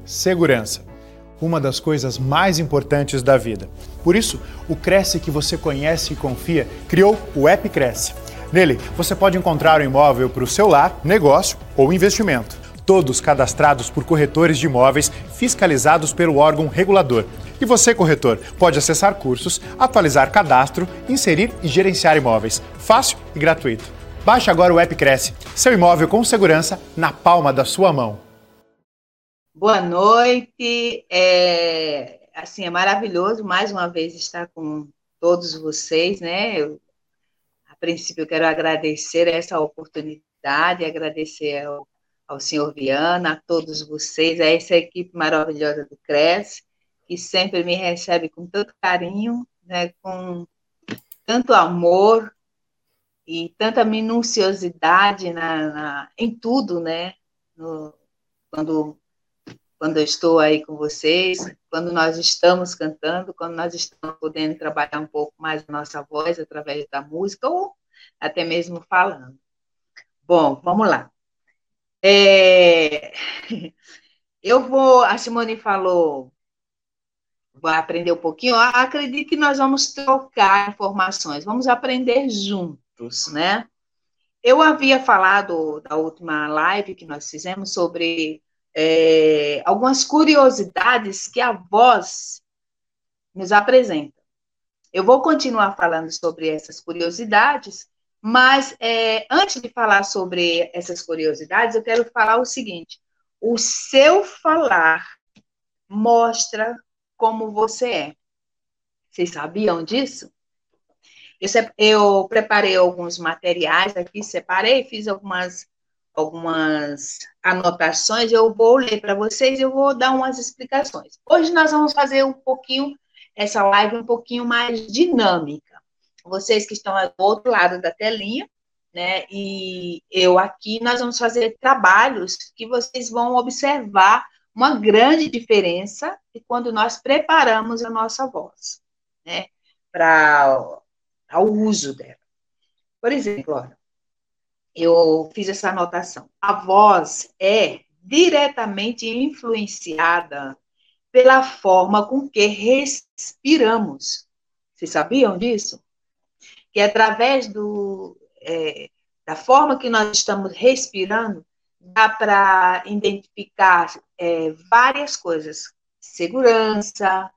segurança. Uma das coisas mais importantes da vida. Por isso, o Cresce que você conhece e confia criou o App Cresce. Nele, você pode encontrar um imóvel para o seu lar, negócio ou investimento. Todos cadastrados por corretores de imóveis fiscalizados pelo órgão regulador. E você, corretor, pode acessar cursos, atualizar cadastro, inserir e gerenciar imóveis. Fácil e gratuito. Baixe agora o App Cresce. Seu imóvel com segurança na palma da sua mão. Boa noite. É maravilhoso mais uma vez estar com todos vocês, né? A princípio, eu quero agradecer essa oportunidade, agradecer ao senhor Viana, a todos vocês, a essa equipe maravilhosa do CRES, que sempre me recebe com tanto carinho, né, com tanto amor e tanta minuciosidade em tudo, né? Quando eu estou aí com vocês, quando nós estamos cantando, quando nós estamos podendo trabalhar um pouco mais a nossa voz através da música, ou até mesmo falando. Bom, vamos lá. A Simone falou, vou aprender um pouquinho, acredito que nós vamos trocar informações, vamos aprender juntos, né? Eu havia falado da última live que nós fizemos sobre algumas curiosidades que a voz nos apresenta. Eu vou continuar falando sobre essas curiosidades, mas antes de falar sobre essas curiosidades, eu quero falar o seguinte: o seu falar mostra como você é. Vocês sabiam disso? Eu preparei alguns materiais aqui, separei, fiz algumas anotações, eu vou ler para vocês, eu vou dar umas explicações. Hoje nós vamos fazer essa live um pouquinho mais dinâmica. Vocês que estão do outro lado da telinha, né, e eu aqui, nós vamos fazer trabalhos que vocês vão observar uma grande diferença quando nós preparamos a nossa voz, né, para ao uso dela. Por exemplo, olha, eu fiz essa anotação. A voz é diretamente influenciada pela forma com que respiramos. Vocês sabiam disso? Que através da forma que nós estamos respirando, dá para identificar várias coisas. Segurança.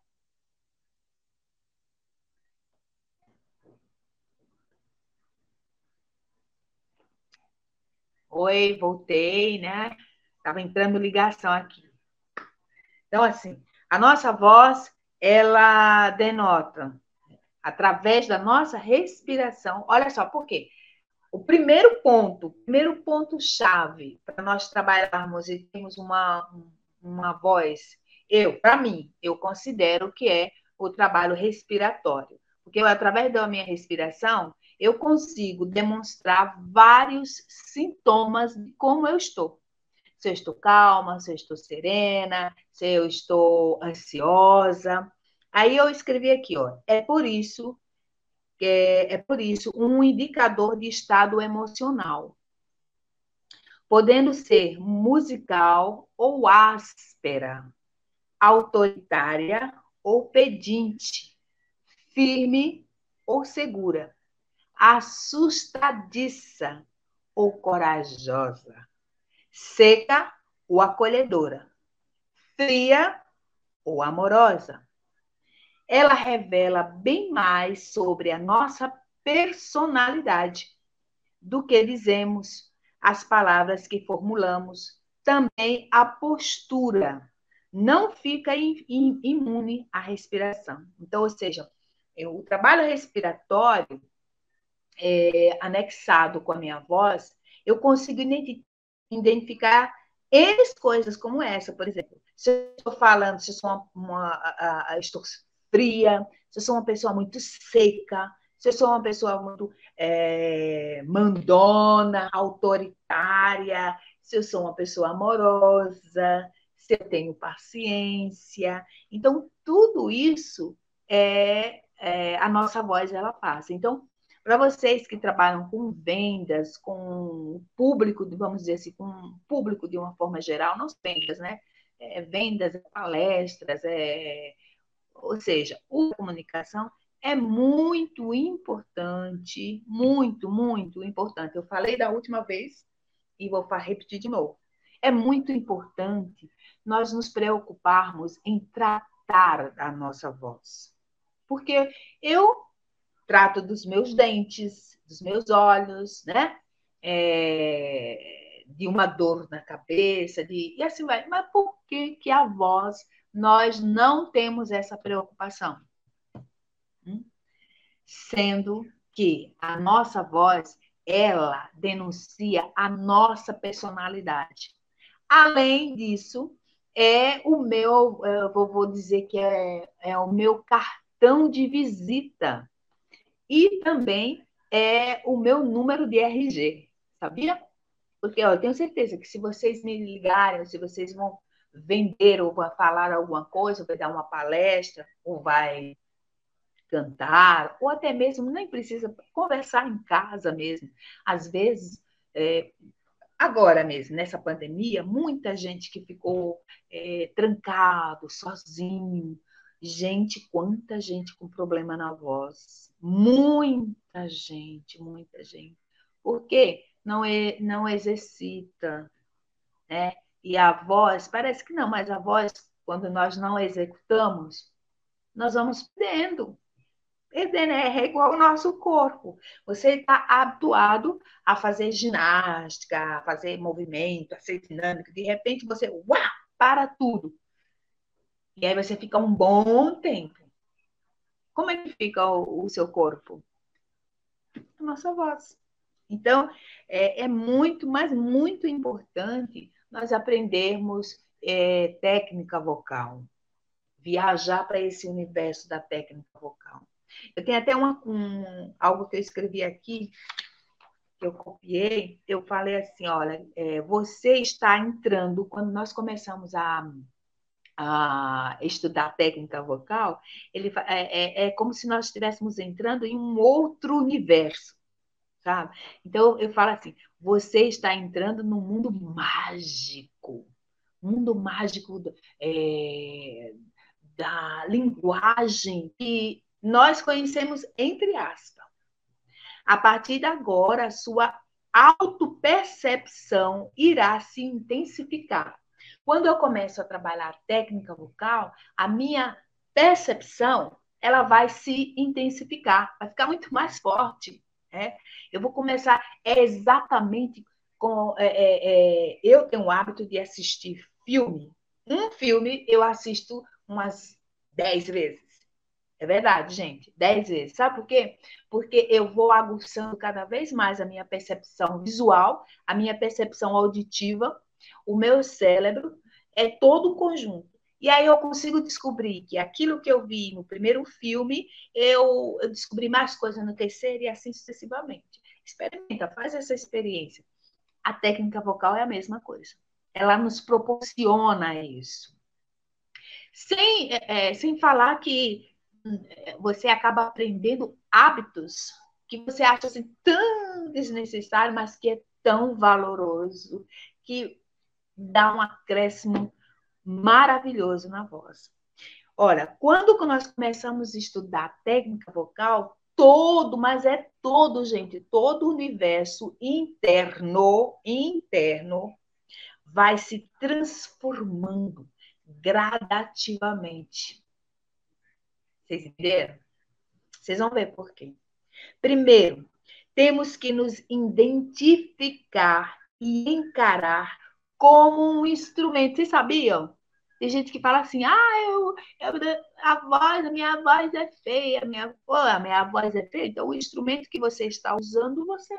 Oi, voltei, né? Estava entrando ligação aqui. Então, assim, a nossa voz, ela denota, através da nossa respiração, olha só, por quê? O primeiro ponto-chave para nós trabalharmos e termos uma voz, para mim, eu considero que é o trabalho respiratório. Porque através da minha respiração, eu consigo demonstrar vários sintomas de como eu estou. Se eu estou calma, se eu estou serena, se eu estou ansiosa. Aí eu escrevi aqui, ó, é por isso um indicador de estado emocional, podendo ser musical ou áspera, autoritária ou pedinte, firme ou segura, assustadiça ou corajosa, seca ou acolhedora, fria ou amorosa. Ela revela bem mais sobre a nossa personalidade do que dizemos, as palavras que formulamos, também a postura. Não fica imune à respiração. Então, ou seja, o trabalho respiratório, anexado com a minha voz, eu consigo identificar N coisas como essa, por exemplo. Se eu estou falando, se eu sou estou fria, se eu sou uma pessoa muito seca, se eu sou uma pessoa muito mandona, autoritária, se eu sou uma pessoa amorosa, se eu tenho paciência. Então, tudo isso a nossa voz ela passa. Então, para vocês que trabalham com vendas, com público, vamos dizer assim, com público de uma forma geral, não vendas, né? vendas, palestras, ou seja, a comunicação é muito importante, muito, muito importante. Eu falei da última vez e vou repetir de novo. É muito importante nós nos preocuparmos em tratar a nossa voz. Porque eu trato dos meus dentes, dos meus olhos, né? De uma dor na cabeça, e assim vai. Mas por que que a voz nós não temos essa preocupação? Sendo que a nossa voz, ela denuncia a nossa personalidade. Além disso, é o meu, eu vou dizer que é o meu cartão de visita e também é o meu número de RG, sabia? Porque ó, eu tenho certeza que se vocês me ligarem, se vocês vão vender ou vão falar alguma coisa, vai dar uma palestra, ou vai cantar, ou até mesmo nem precisa conversar em casa mesmo. Às vezes, agora mesmo, nessa pandemia, muita gente que ficou trancado, sozinho. Gente, quanta gente com problema na voz. Muita gente, muita gente. Por quê? Não exercita, né? E a voz, parece que não, mas a voz, quando nós não executamos, nós vamos perdendo. Perdendo é igual o nosso corpo. Você está habituado a fazer ginástica, a fazer movimento, a ser dinâmico. De repente você para tudo. E aí você fica um bom tempo. Como é que fica o seu corpo? A nossa voz. Então, é muito, mas muito importante nós aprendermos técnica vocal, viajar para esse universo da técnica vocal. Eu tenho até algo que eu escrevi aqui, que eu copiei, eu falei assim, olha, você está entrando, quando nós começamos a estudar técnica vocal, é como se nós estivéssemos entrando em um outro universo, sabe? Então, eu falo assim, você está entrando num mundo mágico da linguagem que nós conhecemos entre aspas. A partir de agora, a sua autopercepção irá se intensificar. Quando eu começo a trabalhar técnica vocal, a minha percepção ela vai se intensificar, vai ficar muito mais forte. Né? Eu vou começar exatamente com. Eu tenho o hábito de assistir filme. Um filme eu assisto umas 10 vezes. É verdade, gente, 10 vezes. Sabe por quê? Porque eu vou aguçando cada vez mais a minha percepção visual, a minha percepção auditiva, o meu cérebro, é todo um conjunto. E aí eu consigo descobrir que aquilo que eu vi no primeiro filme, eu descobri mais coisas no terceiro e assim sucessivamente. Experimenta, faz essa experiência. A técnica vocal é a mesma coisa. Ela nos proporciona isso. Sem falar que você acaba aprendendo hábitos que você acha assim, tão desnecessário, mas que é tão valoroso, que dá um acréscimo maravilhoso na voz. Olha, quando nós começamos a estudar técnica vocal, mas é todo, gente, todo o universo interno vai se transformando gradativamente. Vocês entenderam? Vocês vão ver por quê. Primeiro, temos que nos identificar e encarar como um instrumento. Vocês sabiam? Tem gente que fala assim, a minha voz é feia, a minha voz é feia. Então, o instrumento que você está usando, você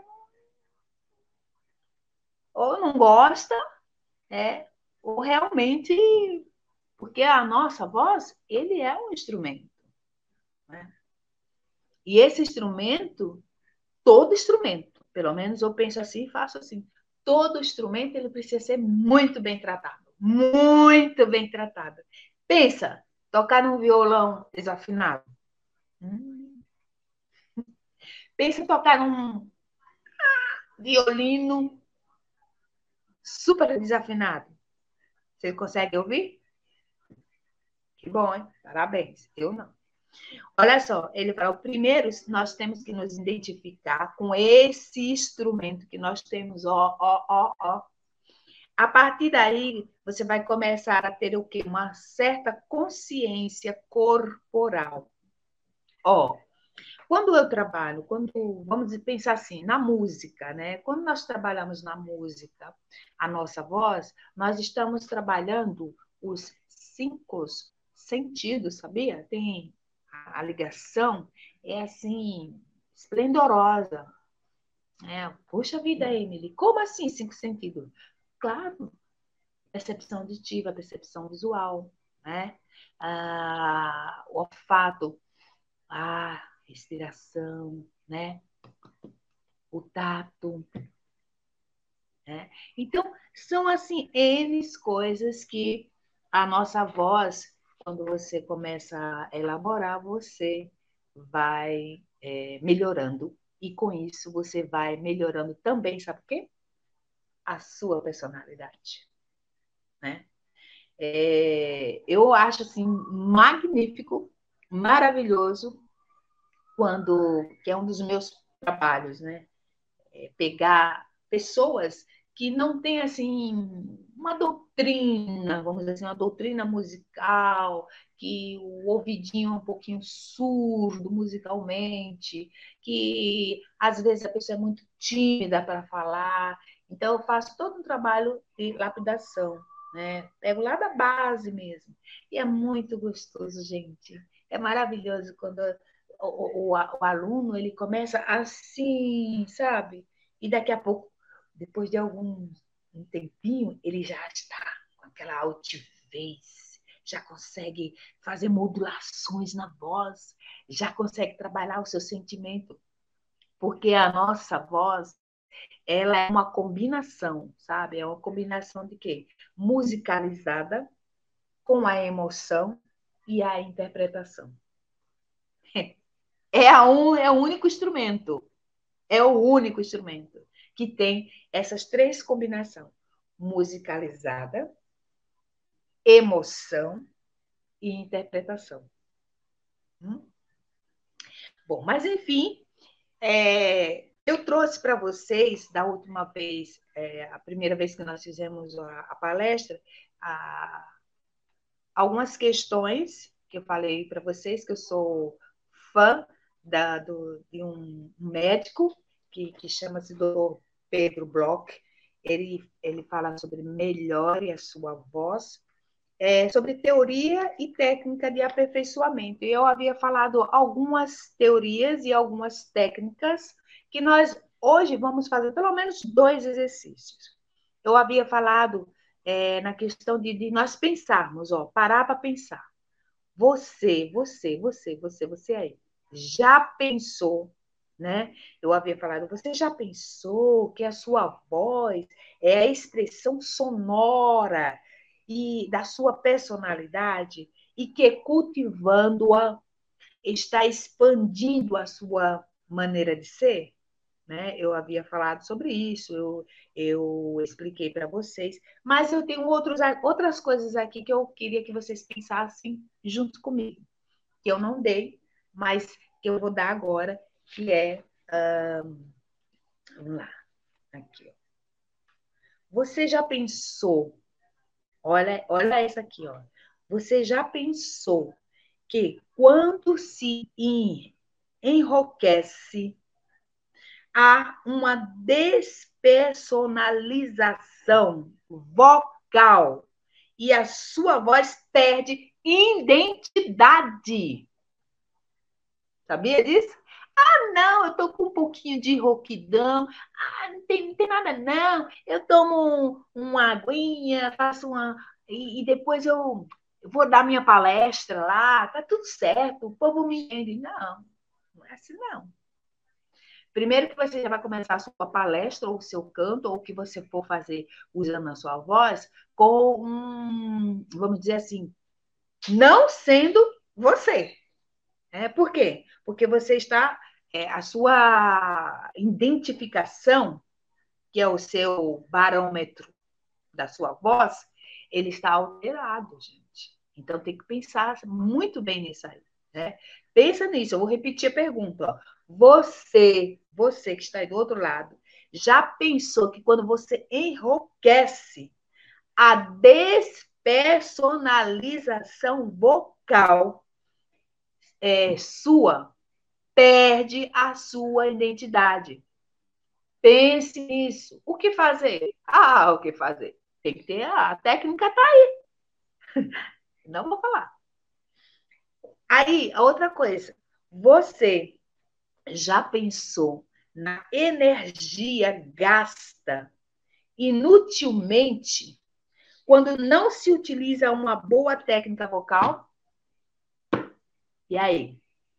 ou não gosta, ou realmente, porque a nossa voz, ele é um instrumento. Né? E esse instrumento, todo instrumento, pelo menos eu penso assim e faço assim, todo instrumento ele precisa ser muito bem tratado. Muito bem tratado. Pensa, tocar num violão desafinado. Pensa tocar num violino super desafinado. Você consegue ouvir? Que bom, hein? Parabéns. Eu não. Olha só, ele fala, primeiro nós temos que nos identificar com esse instrumento que nós temos, ó. A partir daí, você vai começar a ter o quê? Uma certa consciência corporal. Ó, quando eu trabalho, vamos pensar assim, na música, né? Quando nós trabalhamos na música, a nossa voz, nós estamos trabalhando os 5 sentidos, sabia? Tem a ligação, é assim, esplendorosa. Puxa vida, Emily, como assim 5 sentidos? Claro, percepção auditiva, percepção visual, né? O olfato, a respiração, né? O tato, né? Então, são assim, N coisas que a nossa voz, quando você começa a elaborar, você vai melhorando. E com isso você vai melhorando também, sabe o quê? A sua personalidade, né? Eu acho assim magnífico, maravilhoso, que é um dos meus trabalhos, né? Pegar pessoas que não têm assim uma doutrina, vamos dizer assim, uma doutrina musical, que o ouvidinho é um pouquinho surdo musicalmente, que às vezes a pessoa é muito tímida para falar. Então eu faço todo um trabalho de lapidação, né? Pego lá da base mesmo. E é muito gostoso, gente. É maravilhoso quando o aluno ele começa assim, sabe? E daqui a pouco, depois de um tempinho, ele já está com aquela altivez, já consegue fazer modulações na voz, já consegue trabalhar o seu sentimento, porque a nossa voz, ela é uma combinação, sabe? É uma combinação de quê? Musicalizada com a emoção e a interpretação. É o único instrumento. É o único instrumento que tem essas 3 combinações: musicalizada, emoção e interpretação. Bom, mas enfim, eu trouxe para vocês, da última vez, a primeira vez que nós fizemos a palestra, algumas questões que eu falei para vocês, que eu sou fã de um médico que chama-se Dr. Pedro Bloch. Ele fala sobre melhore a sua voz, sobre teoria e técnica de aperfeiçoamento. Eu havia falado algumas teorias e algumas técnicas que nós hoje vamos fazer pelo menos 2 exercícios. Eu havia falado na questão de nós pensarmos, parar para pensar. Você aí, já pensou, né? Eu havia falado, você já pensou que a sua voz é a expressão sonora e da sua personalidade e que cultivando-a está expandindo a sua maneira de ser? Né? Eu havia falado sobre isso, eu expliquei para vocês, mas eu tenho outras coisas aqui que eu queria que vocês pensassem junto comigo, que eu não dei, mas que eu vou dar agora, que é. Vamos lá, aqui. Ó. Você já pensou? Olha essa aqui, ó. Você já pensou que quando se enrouquece, há uma despersonalização vocal e a sua voz perde identidade. Sabia disso? Ah, não, eu tô com um pouquinho de rouquidão. Ah, não tem nada, não. Eu tomo uma aguinha, faço uma. E depois eu vou dar minha palestra lá, tá tudo certo, o povo me entende. Não, não é assim, não. Primeiro que você já vai começar a sua palestra, ou o seu canto, ou o que você for fazer usando a sua voz, vamos dizer assim, não sendo você. Por quê? Porque você está, a sua identificação, que é o seu barômetro da sua voz, ele está alterado, gente. Então, tem que pensar muito bem nisso aí, né? Pensa nisso, eu vou repetir a pergunta. Ó. Você que está aí do outro lado, já pensou que quando você enrouquece, a despersonalização vocal sua perde a sua identidade? Pense nisso. O que fazer? O que fazer? Tem que ter a técnica, tá aí. Não vou falar. Aí, a outra coisa. Você já pensou na energia gasta inutilmente quando não se utiliza uma boa técnica vocal? E aí?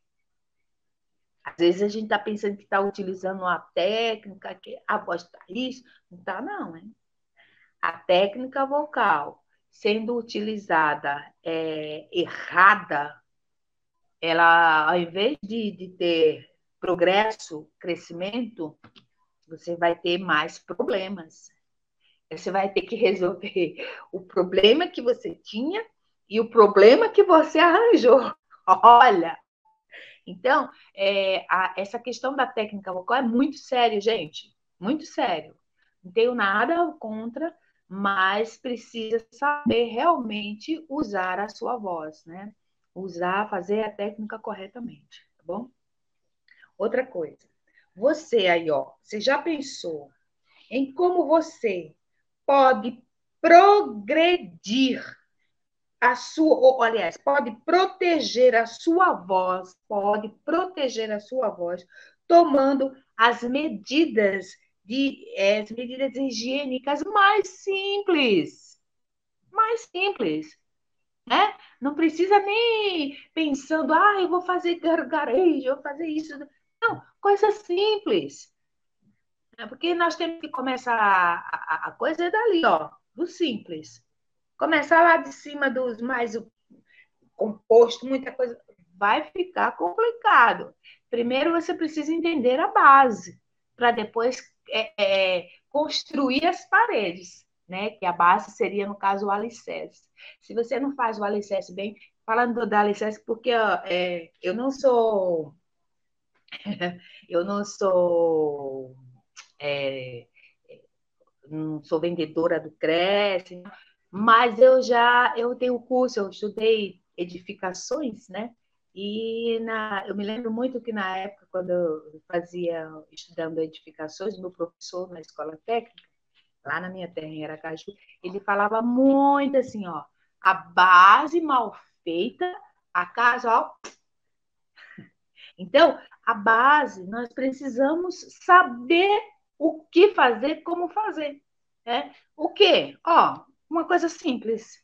Às vezes a gente está pensando que está utilizando uma técnica, que a voz está isso. Não está, não, hein? A técnica vocal sendo utilizada errada, ela, ao invés de ter progresso, crescimento, você vai ter mais problemas. Você vai ter que resolver o problema que você tinha e o problema que você arranjou. Olha! Então, essa questão da técnica vocal é muito sério, gente. Muito sério. Não tenho nada contra, mas precisa saber realmente usar a sua voz, né? Fazer a técnica corretamente, tá bom? Outra coisa. Você aí, ó, você já pensou em como você pode progredir a sua, ou, aliás, pode proteger a sua voz, tomando as medidas as medidas higiênicas mais simples, né? Não precisa nem pensando, eu vou fazer gargarejo, eu vou fazer isso. Não, coisa simples. Porque nós temos que começar a coisa dali, ó, do simples. Começar lá de cima dos mais composto, muita coisa, vai ficar complicado. Primeiro você precisa entender a base, para depois construir as paredes, né? Que a base seria, no caso, o alicerce. Se você não faz o alicerce bem, falando do alicerce, porque eu não sou eu não sou vendedora do Cresce, mas eu tenho curso, eu estudei edificações, né? Eu me lembro muito que na época, quando eu estudando edificações, meu professor na escola técnica, lá na minha terra, em Aracaju, ele falava muito assim, ó, a base mal feita, a casa, ó. Então, a base, nós precisamos saber o que fazer, como fazer. Né? O quê? Ó, uma coisa simples.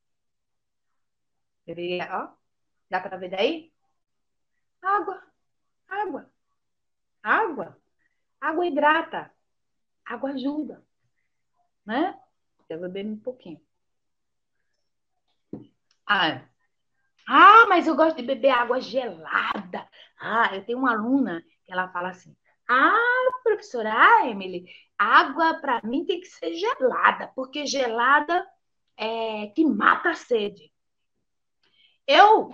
Ó, dá para ver daí? Água, água, água. Água hidrata, água ajuda. Né? Eu beber um pouquinho. Mas eu gosto de beber água gelada. Eu tenho uma aluna que ela fala assim: professora Emily, água para mim tem que ser gelada, porque gelada é que mata a sede. Eu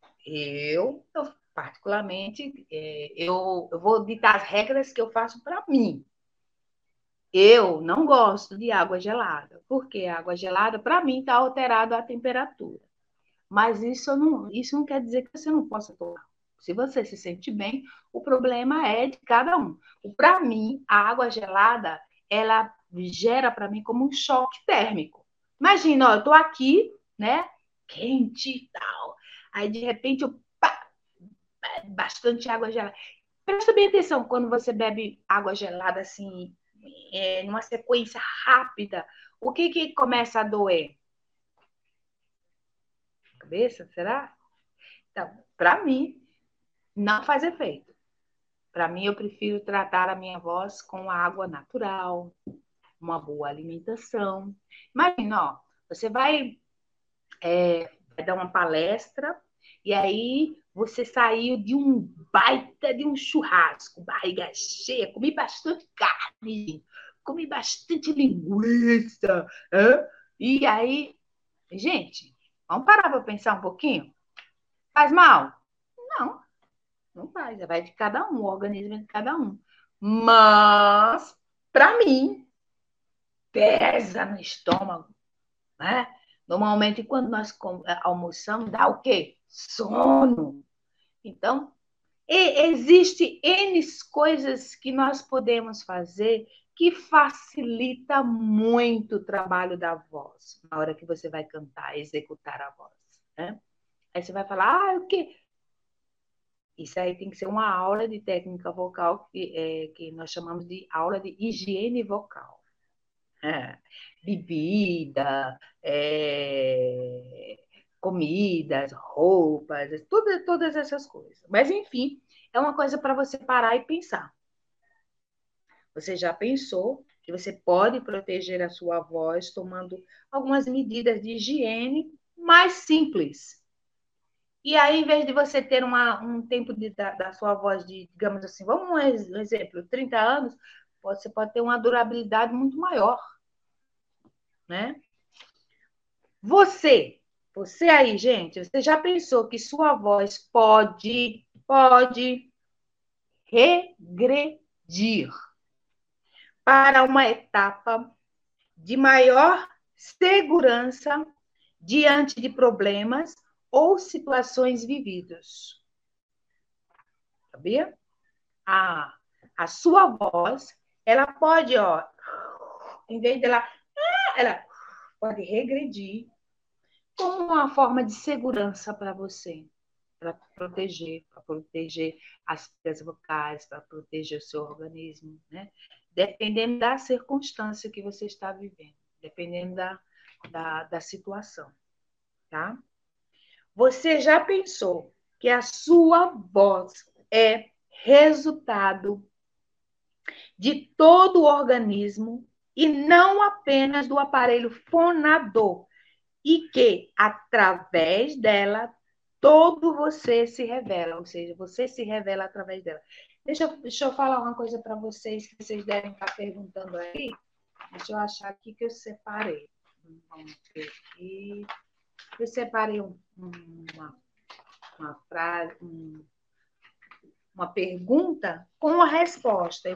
particularmente, eu vou ditar as regras que eu faço para mim. Eu não gosto de água gelada, porque a água gelada, para mim, está alterada a temperatura. Mas isso não quer dizer que você não possa tomar. Se você se sente bem, o problema é de cada um. Para mim, a água gelada, ela gera para mim como um choque térmico. Imagina, ó, eu estou aqui, né, quente e tal. Aí, de repente, bastante água gelada. Presta bem atenção quando você bebe água gelada, assim, numa sequência rápida. O que começa a doer? Cabeça, será? Então, para mim, não faz efeito. Para mim, eu prefiro tratar a minha voz com água natural, uma boa alimentação. Imagina, ó, você vai dar uma palestra e aí você saiu de um baita de um churrasco, barriga cheia, comi bastante carne, comi bastante linguiça, E aí, gente, vamos parar para pensar um pouquinho? Faz mal? Não, não faz. Vai de cada um, o organismo é de cada um. Mas, para mim, pesa no estômago, né? Normalmente, quando nós almoçamos, dá o quê? Sono. Então, existe N coisas que nós podemos fazer que facilita muito o trabalho da voz na hora que você vai cantar, executar a voz, né? Aí você vai falar, o quê? Isso aí tem que ser uma aula de técnica vocal que nós chamamos de aula de higiene vocal. Bebida, comidas, roupas, todas essas coisas. Mas, enfim, é uma coisa para você parar e pensar. Você já pensou que você pode proteger a sua voz tomando algumas medidas de higiene mais simples? E aí, em vez de você ter um tempo da sua voz de, digamos assim, vamos um exemplo, 30 anos, você pode ter uma durabilidade muito maior, né? Você aí, gente, você já pensou que sua voz pode regredir para uma etapa de maior segurança diante de problemas ou situações vividas? Sabia? A sua voz, ela pode, ó, em vez dela, ela pode regredir como uma forma de segurança para você, para proteger as cordas vocais, para proteger o seu organismo, né? Dependendo da circunstância que você está vivendo, dependendo da situação, tá? Você já pensou que a sua voz é resultado de todo o organismo e não apenas do aparelho fonador, e que, através dela, todo você se revela, ou seja, você se revela através dela. Deixa eu falar uma coisa para vocês que vocês devem estar perguntando aí. Deixa eu achar aqui que eu separei. Vamos ver aqui. Eu separei uma frase, uma pergunta com a resposta.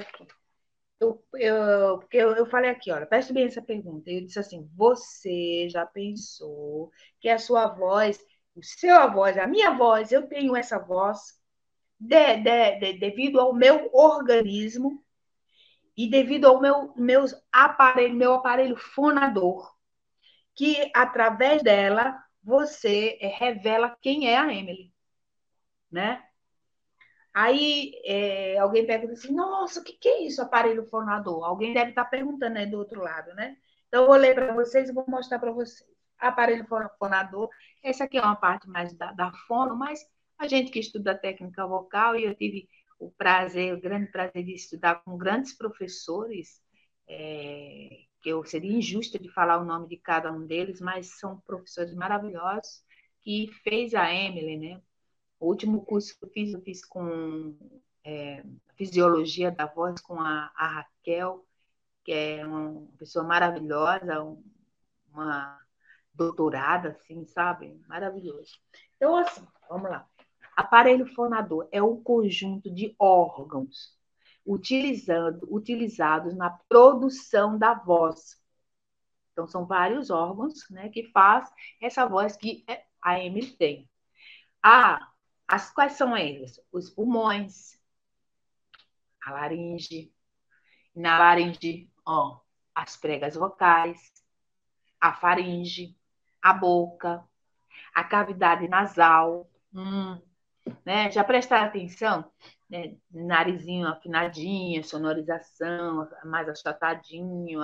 Porque eu falei aqui, olha, preste bem essa pergunta. Eu disse assim: você já pensou que a sua voz, a minha voz, eu tenho essa voz devido ao meu organismo e devido ao meu aparelho fonador, que através dela você revela quem é a Emily, né? Aí alguém pergunta assim, nossa, o que é isso, aparelho fonador? Alguém deve estar perguntando aí do outro lado, né? Então, eu vou ler para vocês e vou mostrar para vocês. Aparelho fonador, essa aqui é uma parte mais da fono, mas a gente que estuda técnica vocal, e eu tive o grande prazer de estudar com grandes professores, que eu seria injusta de falar o nome de cada um deles, mas são professores maravilhosos, que fez a Emily, né? O último curso que eu fiz com fisiologia da voz com a Raquel, que é uma pessoa maravilhosa, uma doutorada, assim, sabe? Maravilhoso. Então, assim, vamos lá. Aparelho fonador é um conjunto de órgãos utilizados na produção da voz. Então, são vários órgãos, né, que faz essa voz que a Emily tem. Quais são eles? Os pulmões, a laringe, na laringe, ó, as pregas vocais, a faringe, a boca, a cavidade nasal, né? Já prestaram atenção? Né? Narizinho afinadinho, sonorização mais achatadinho.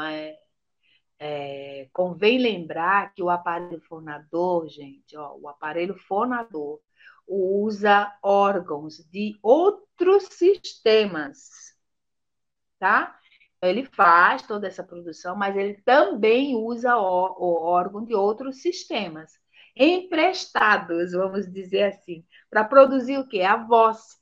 Convém lembrar que o aparelho fonador, gente, ó, o aparelho fonador usa órgãos de outros sistemas, tá? Ele faz toda essa produção, mas ele também usa o órgão de outros sistemas, emprestados, vamos dizer assim, para produzir o quê? A voz.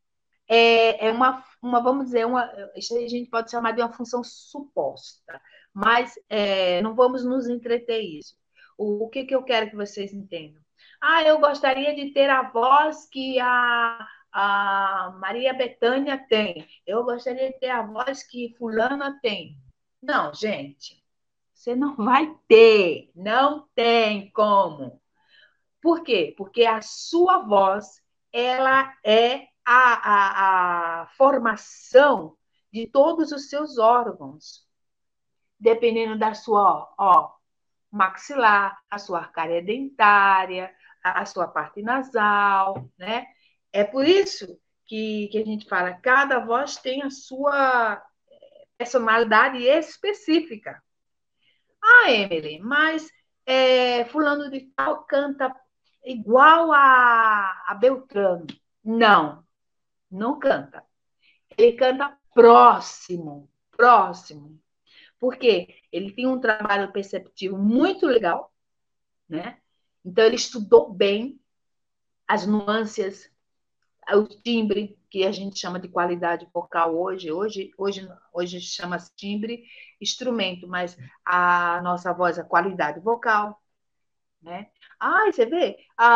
Vamos dizer, isso a gente pode chamar de uma função suposta. Mas não vamos nos entreter isso. O que eu quero que vocês entendam? Eu gostaria de ter a voz que a Maria Bethânia tem. Eu gostaria de ter a voz que fulana tem. Não, gente, você não vai ter. Não tem como. Por quê? Porque a sua voz, ela é a formação de todos os seus órgãos, dependendo da sua, maxilar, a sua arcária dentária, a sua parte nasal, né? É por isso que a gente fala, cada voz tem a sua personalidade específica. Emily, mas fulano de tal canta igual a Beltrano. Não, não canta. Ele canta próximo, próximo. Por quê? Ele tem um trabalho perceptivo muito legal, né? Então, ele estudou bem as nuances, o timbre, que a gente chama de qualidade vocal hoje. Hoje chama-se timbre instrumento, mas a nossa voz é qualidade vocal, né? Você vê,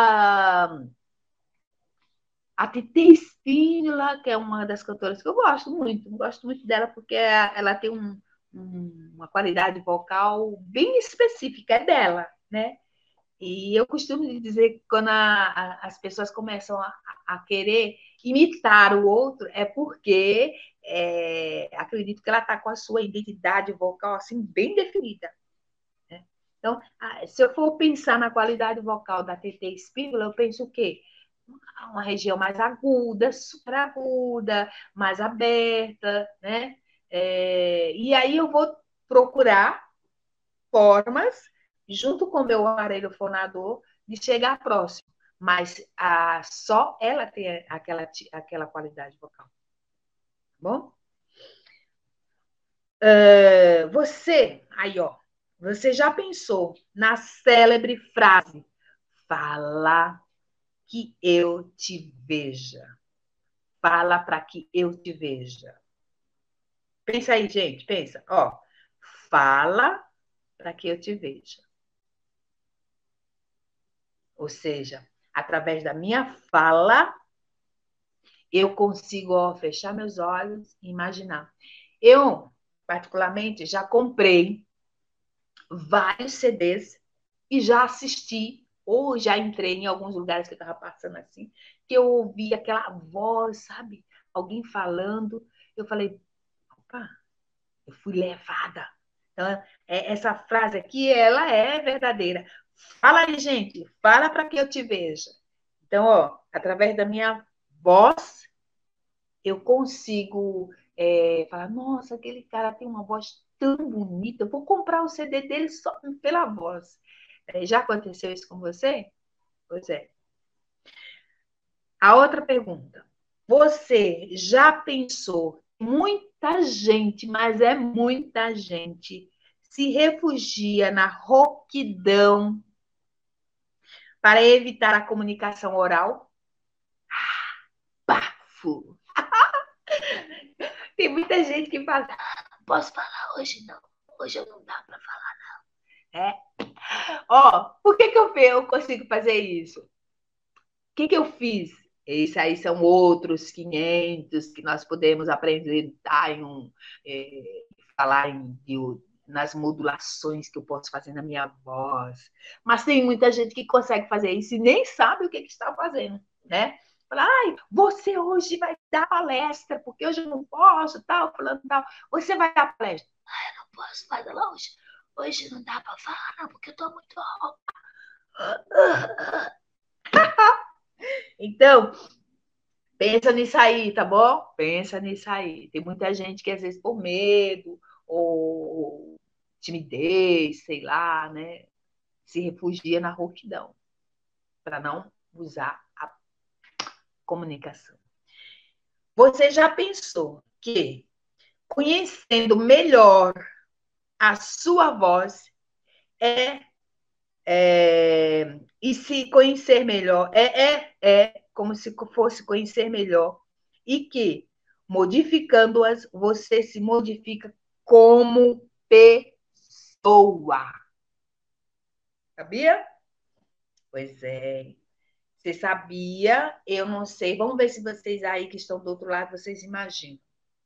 a Titi Spínola, que é uma das cantoras que eu gosto muito dela, porque ela tem uma qualidade vocal bem específica, é dela, né? E eu costumo dizer que quando as pessoas começam a querer imitar o outro, é porque acredito que ela está com a sua identidade vocal assim bem definida. Né? Então, se eu for pensar na qualidade vocal da TT Espínola, eu penso o quê? Uma região mais aguda, super aguda, mais aberta, né? E aí eu vou procurar formas, junto com o meu aparelho fonador, de chegar próximo. Mas só ela tem aquela qualidade vocal. Tá bom? Você já pensou na célebre frase: fala que eu te veja. Fala para que eu te veja. Pensa aí, gente, pensa. Fala para que eu te veja. Ou seja, através da minha fala, eu consigo fechar meus olhos e imaginar. Eu, particularmente, já comprei vários CDs e já assisti, ou já entrei em alguns lugares que eu estava passando assim, que eu ouvi aquela voz, sabe? Alguém falando. Eu falei, opa, eu fui levada. Então, essa frase aqui, ela é verdadeira. Fala aí, gente, fala para que eu te veja. Então, através da minha voz, eu consigo falar, nossa, aquele cara tem uma voz tão bonita, eu vou comprar o CD dele só pela voz. Já aconteceu isso com você? Pois é. A outra pergunta. Você já pensou, muita gente, mas é muita gente, se refugia na rouquidão para evitar a comunicação oral? Bafo! Tem muita gente que fala, não posso falar hoje não, hoje eu não dá para falar não. Por que eu consigo fazer isso? O que eu fiz? Isso aí são outros 500 que nós podemos aprender falar nas modulações que eu posso fazer na minha voz. Mas tem muita gente que consegue fazer isso e nem sabe o que está fazendo, né? Fala, você hoje vai dar palestra, porque hoje eu não posso, tal, falando tal. Você vai dar palestra. Eu não posso fazer hoje. Hoje não dá para falar, não, porque eu estou muito rouca. Então, pensa nisso aí, tá bom? Pensa nisso aí. Tem muita gente que, às vezes, por medo ou timidez, sei lá, né? Se refugia na rouquidão para não usar a comunicação. Você já pensou que, conhecendo melhor a sua voz, e se conhecer melhor, como se fosse conhecer melhor, e que, modificando-as, você se modifica como pessoa. pessoa. Sabia? Pois é. Você sabia? Eu não sei. Vamos ver se vocês aí que estão do outro lado, vocês imaginam.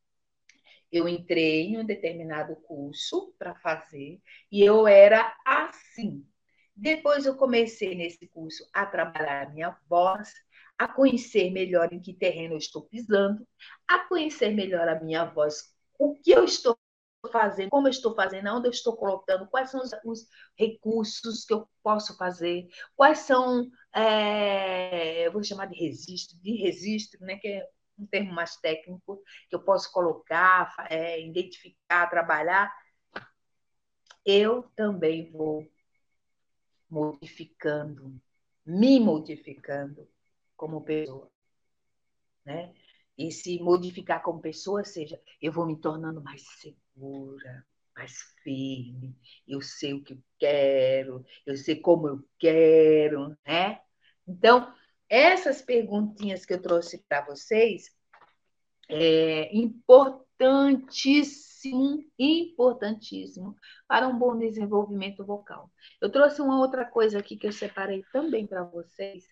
Eu entrei em um determinado curso para fazer e eu era assim. Depois eu comecei nesse curso a trabalhar a minha voz, a conhecer melhor em que terreno eu estou pisando, a conhecer melhor a minha voz, o que eu estou fazendo, como eu estou fazendo, onde eu estou colocando, quais são os recursos que eu posso fazer, quais são, eu vou chamar de registro, né, que é um termo mais técnico, que eu posso colocar, identificar, trabalhar. Eu também vou modificando, me modificando como pessoa, né? E se modificar como pessoa, seja, eu vou me tornando mais segura, mais firme, eu sei o que eu quero, eu sei como eu quero, né? Então, essas perguntinhas que eu trouxe para vocês é importantíssimo, importantíssimo para um bom desenvolvimento vocal. Eu trouxe uma outra coisa aqui que eu separei também para vocês,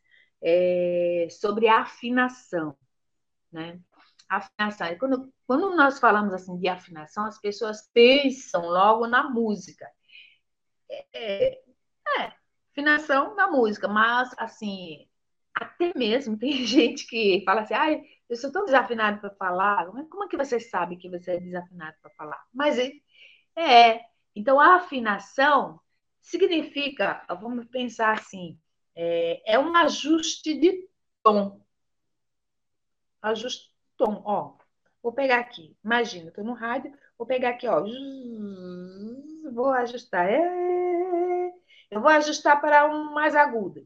sobre a afinação, né? Afinação. Quando nós falamos assim de afinação, as pessoas pensam logo na música. É, afinação na música, mas assim, até mesmo tem gente que fala assim, ah, eu sou tão desafinado para falar, mas como é que você sabe que você é desafinado para falar? Mas é. Então, a afinação significa, vamos pensar assim, um ajuste de tom. Ajuste de tom, ó. Vou pegar aqui, imagina, estou no rádio, vou pegar aqui, ó. Vou ajustar. Eu vou ajustar para um mais agudo.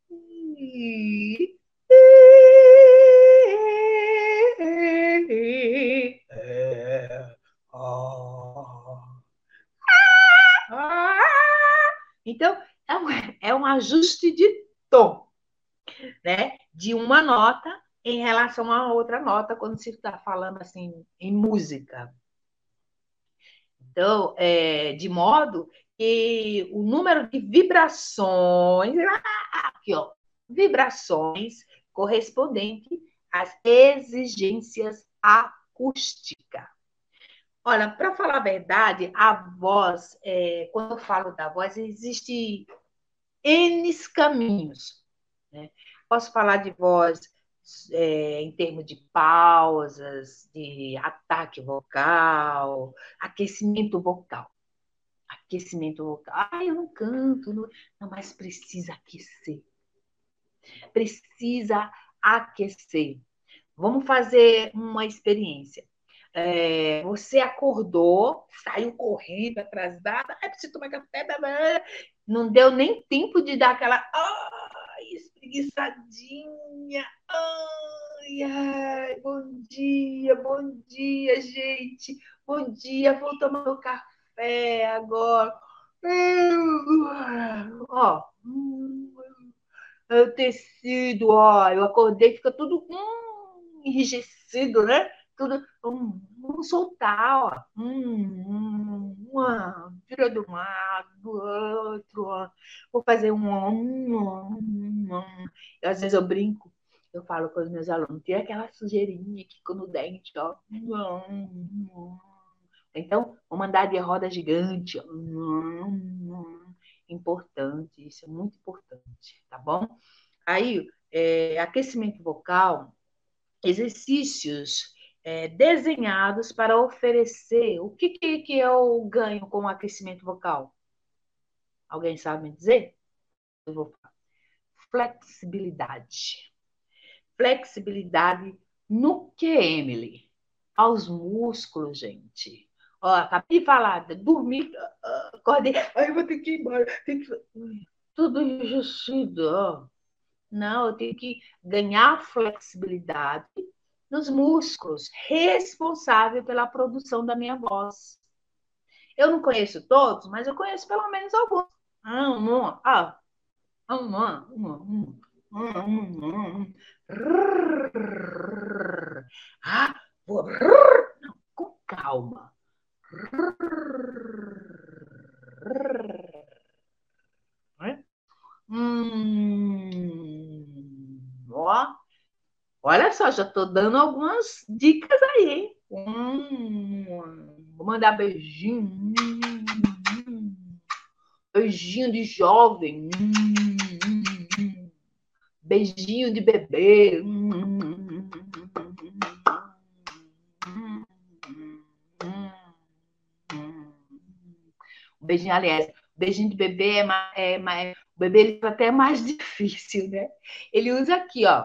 Então, é um ajuste de tom, né? De uma nota em relação a outra nota, quando se está falando assim em música. Então, de modo que o número de vibrações, aqui, ó, vibrações correspondente às exigências acústicas. Olha, para falar a verdade, a voz, quando eu falo da voz, existe N caminhos, né? Posso falar de voz em termos de pausas, de ataque vocal, aquecimento vocal. Aquecimento vocal. Ah, eu não canto, não, mas precisa aquecer. Precisa aquecer. Vamos fazer uma experiência. Você acordou, saiu correndo atrás da. Preciso tomar café. Não deu nem tempo de dar aquela. Ai, espreguiçadinha. Ai, ai, bom dia, gente. Bom dia, vou tomar meu café agora. Ó, o tecido, ó, eu acordei, fica tudo enrijecido, né? Tudo, soltar, ó. Tira de um lado, do outro, ó. Vou fazer às vezes eu brinco, eu falo com os meus alunos, tira aquela sujeirinha que fica no dente, ó. Então, vou mandar de roda gigante, ó. Importante, isso é muito importante, tá bom? Aí, aquecimento vocal, exercícios desenhados para oferecer. O que eu ganho com o aquecimento vocal? Alguém sabe me dizer? Eu vou falar. Flexibilidade. Flexibilidade no que, Emily? Aos músculos, gente. Ó, acabei de falar, dormi, acordei, aí eu vou ter que ir embora. Tudo enrijecido, ó. Não, eu tenho que ganhar flexibilidade nos músculos, responsável pela produção da minha voz. Eu não conheço todos, mas eu conheço pelo menos alguns. Vou. Não, com calma. Né? Ó, olha só, já estou dando algumas dicas aí, hein? Vou mandar beijinho. Beijinho de jovem. Beijinho de bebê. Beijinho, aliás, beijinho de bebê o bebê ele até é mais difícil, né? Ele usa aqui, ó.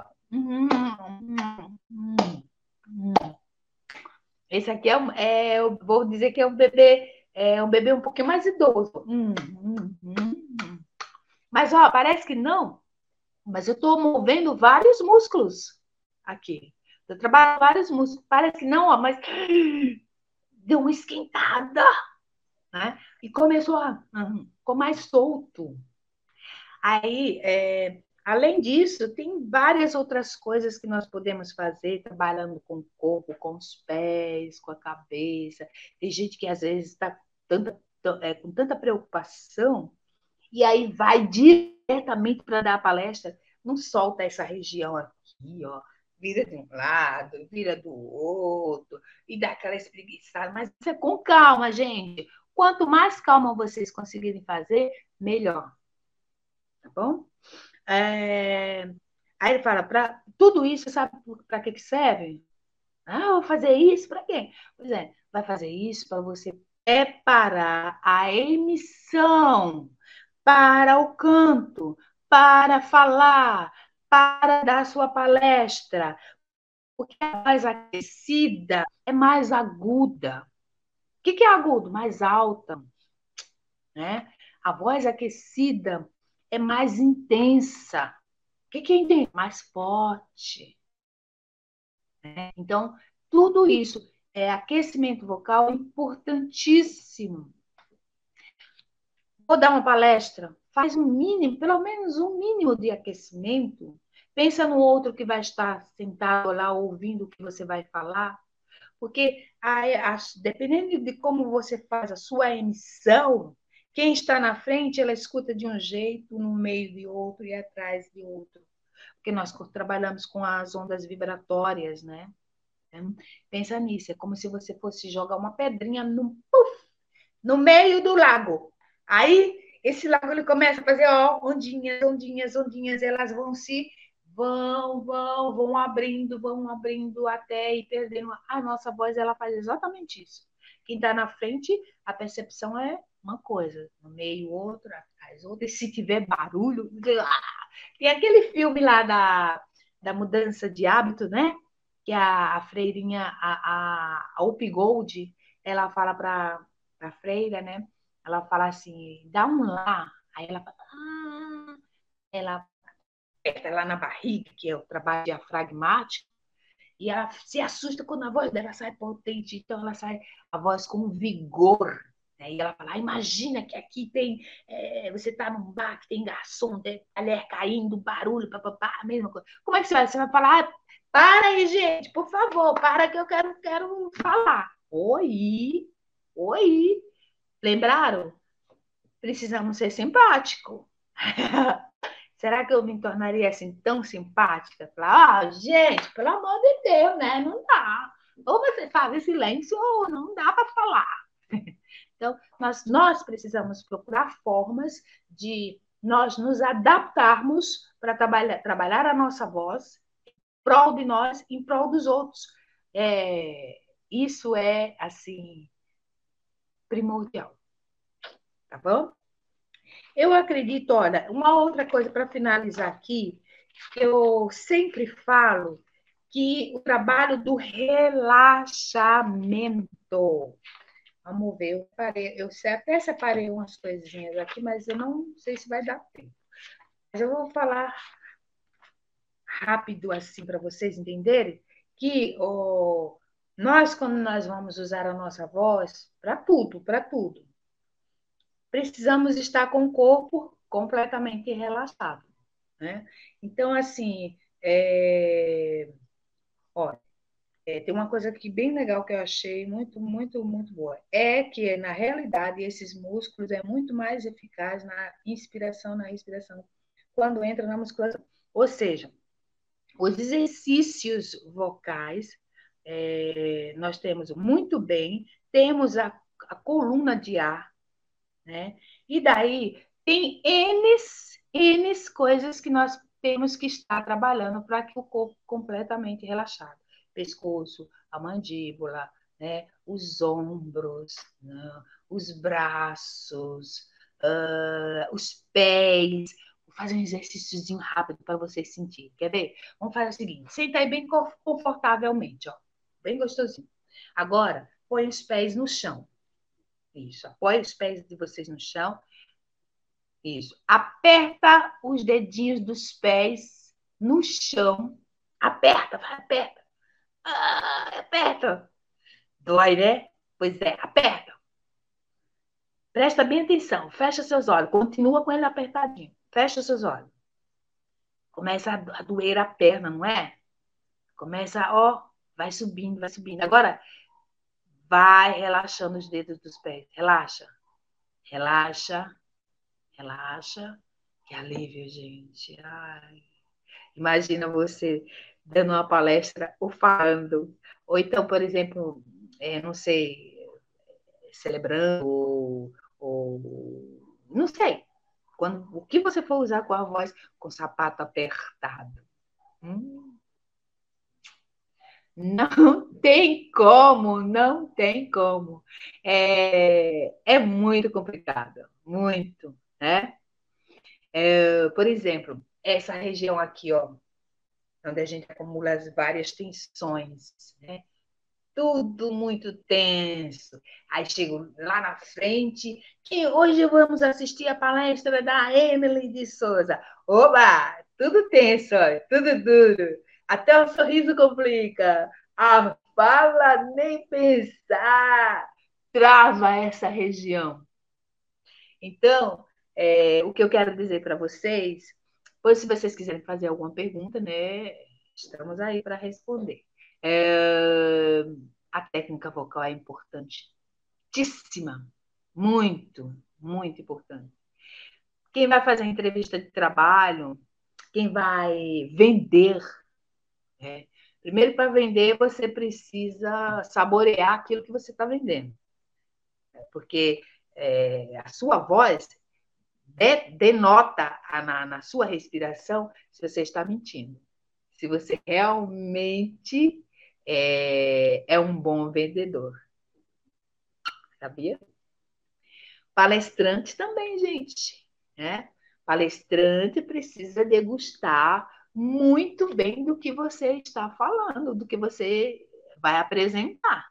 Esse aqui eu vou dizer que é um bebê um pouquinho mais idoso. Mas, ó, parece que não, mas eu estou movendo vários músculos aqui. Eu trabalho vários músculos. Parece que não, ó, mas deu uma esquentada, né? E começou ficou mais solto. Aí, além disso, tem várias outras coisas que nós podemos fazer, trabalhando com o corpo, com os pés, com a cabeça. Tem gente que às vezes está com tanta preocupação e aí vai diretamente para dar a palestra, não solta essa região aqui, ó, vira de um lado, vira do outro, e dá aquela espreguiçada, mas isso é com calma, gente. Quanto mais calma vocês conseguirem fazer, melhor, tá bom? Aí ele fala, para tudo isso, sabe para que serve? Ah, eu vou fazer isso para quê? Pois é, vai fazer isso para você preparar a emissão para o canto, para falar, para dar sua palestra, porque a voz aquecida é mais aguda. O que é agudo? Mais alta, né? A voz aquecida é mais intensa. O que é intensa? Mais forte. Né? Então, tudo isso é aquecimento vocal importantíssimo. Vou dar uma palestra, faz um mínimo, pelo menos um mínimo de aquecimento. Pensa no outro que vai estar sentado lá ouvindo o que você vai falar, porque dependendo de como você faz a sua emissão, quem está na frente, ela escuta de um jeito, no meio de outro e atrás de outro. Porque nós trabalhamos com as ondas vibratórias, né? Pensa nisso, é como se você fosse jogar uma pedrinha no meio do lago. Aí, esse lago ele começa a fazer ondinhas, ondinhas, ondinhas, elas vão abrindo até ir perdendo. A nossa voz, ela faz exatamente isso. Quem está na frente, a percepção é uma coisa, no meio outra, atrás outra, e se tiver barulho, tem aquele filme lá da mudança de hábito, né? Que a freirinha, a Up Gold, ela fala para a freira, né? Ela fala assim, dá um lá. Aí ela fala, ela aperta lá na barriga, que é o trabalho diafragmático, e ela se assusta quando a voz dela sai potente, então ela sai a voz com vigor. Né? E ela fala, imagina que aqui tem, você está num bar que tem garçom, tem talher caindo, barulho, papapá, a mesma coisa. Como é que você vai? Você vai falar, para aí, gente, por favor, para que eu quero falar. Oi, oi. Lembraram? Precisamos ser simpáticos. Será que eu me tornaria assim tão simpática? Falar, gente, pelo amor de Deus, né? Não dá. Ou você faz em silêncio ou não dá para falar. Então, nós precisamos procurar formas de nós nos adaptarmos para trabalhar a nossa voz em prol de nós, em prol dos outros. Isso é, assim, primordial. Tá bom? Eu acredito, olha, uma outra coisa para finalizar aqui, eu sempre falo que o trabalho do relaxamento. Vamos ver, eu até separei umas coisinhas aqui, mas eu não sei se vai dar tempo. Mas eu vou falar rápido assim para vocês entenderem que quando nós vamos usar a nossa voz, para tudo, precisamos estar com o corpo completamente relaxado. Né? Então, assim, olha, tem uma coisa aqui bem legal que eu achei muito, muito, muito boa. É que, na realidade, esses músculos é muito mais eficaz na inspiração, na respiração, quando entra na musculação. Ou seja, os exercícios vocais, nós temos muito bem, temos a coluna de ar, né? E daí tem N coisas que nós temos que estar trabalhando para que o corpo completamente relaxado. Pescoço, a mandíbula, né? Os ombros, né? Os braços, os pés. Vou fazer um exercíciozinho rápido para vocês sentirem. Quer ver? Vamos fazer o seguinte: senta aí bem confortavelmente, ó. Bem gostosinho. Agora, põe os pés no chão. Isso. Apoie os pés de vocês no chão. Isso. Aperta os dedinhos dos pés no chão. Aperta, vai, aperta. Aperta. Dói, né? Pois é, aperta. Presta bem atenção. Fecha seus olhos. Continua com ele apertadinho. Fecha seus olhos. Começa a doer a perna, não é? Começa, ó, vai subindo, vai subindo. Agora, vai relaxando os dedos dos pés. Relaxa. Relaxa. Relaxa. Que alívio, gente. Ai. Imagina você dando uma palestra ou falando. Ou então, por exemplo, não sei, celebrando, ou não sei. O que você for usar com a voz com o sapato apertado. Não tem como, não tem como. É muito complicado, muito, né? Por exemplo, essa região aqui, ó, onde a gente acumula as várias tensões, né? Tudo muito tenso. Aí chego lá na frente, que hoje vamos assistir a palestra da Emily de Souza. Oba! Tudo tenso, ó, tudo duro. Até o sorriso complica. A fala nem pensar. Trava essa região. Então, o que eu quero dizer para vocês, pois se vocês quiserem fazer alguma pergunta, né, estamos aí para responder. A técnica vocal é importantíssima, muito, muito importante. Quem vai fazer entrevista de trabalho, quem vai vender, né? Primeiro, para vender, você precisa saborear aquilo que você está vendendo, porque a sua voz denota na sua respiração se você está mentindo. Se você realmente é um bom vendedor. Sabia? Palestrante também, gente. Né? Palestrante precisa degustar muito bem do que você está falando, do que você vai apresentar.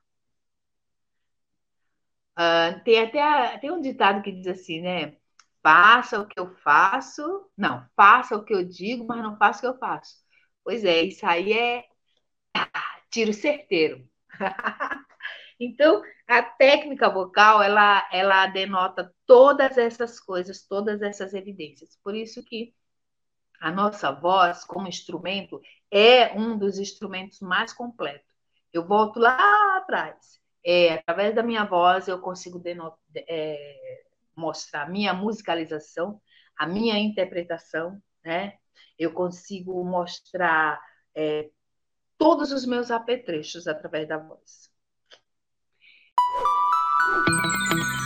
Tem um ditado que diz assim, né? Faça o que eu faço. Não, faça o que eu digo, mas não faça o que eu faço. Pois é, isso aí é tiro certeiro. Então, a técnica vocal, ela denota todas essas coisas, todas essas evidências. Por isso que a nossa voz, como instrumento, é um dos instrumentos mais completos. Eu volto lá atrás. Através da minha voz, eu consigo mostrar a minha musicalização, a minha interpretação, né? Eu consigo mostrar todos os meus apetrechos através da voz.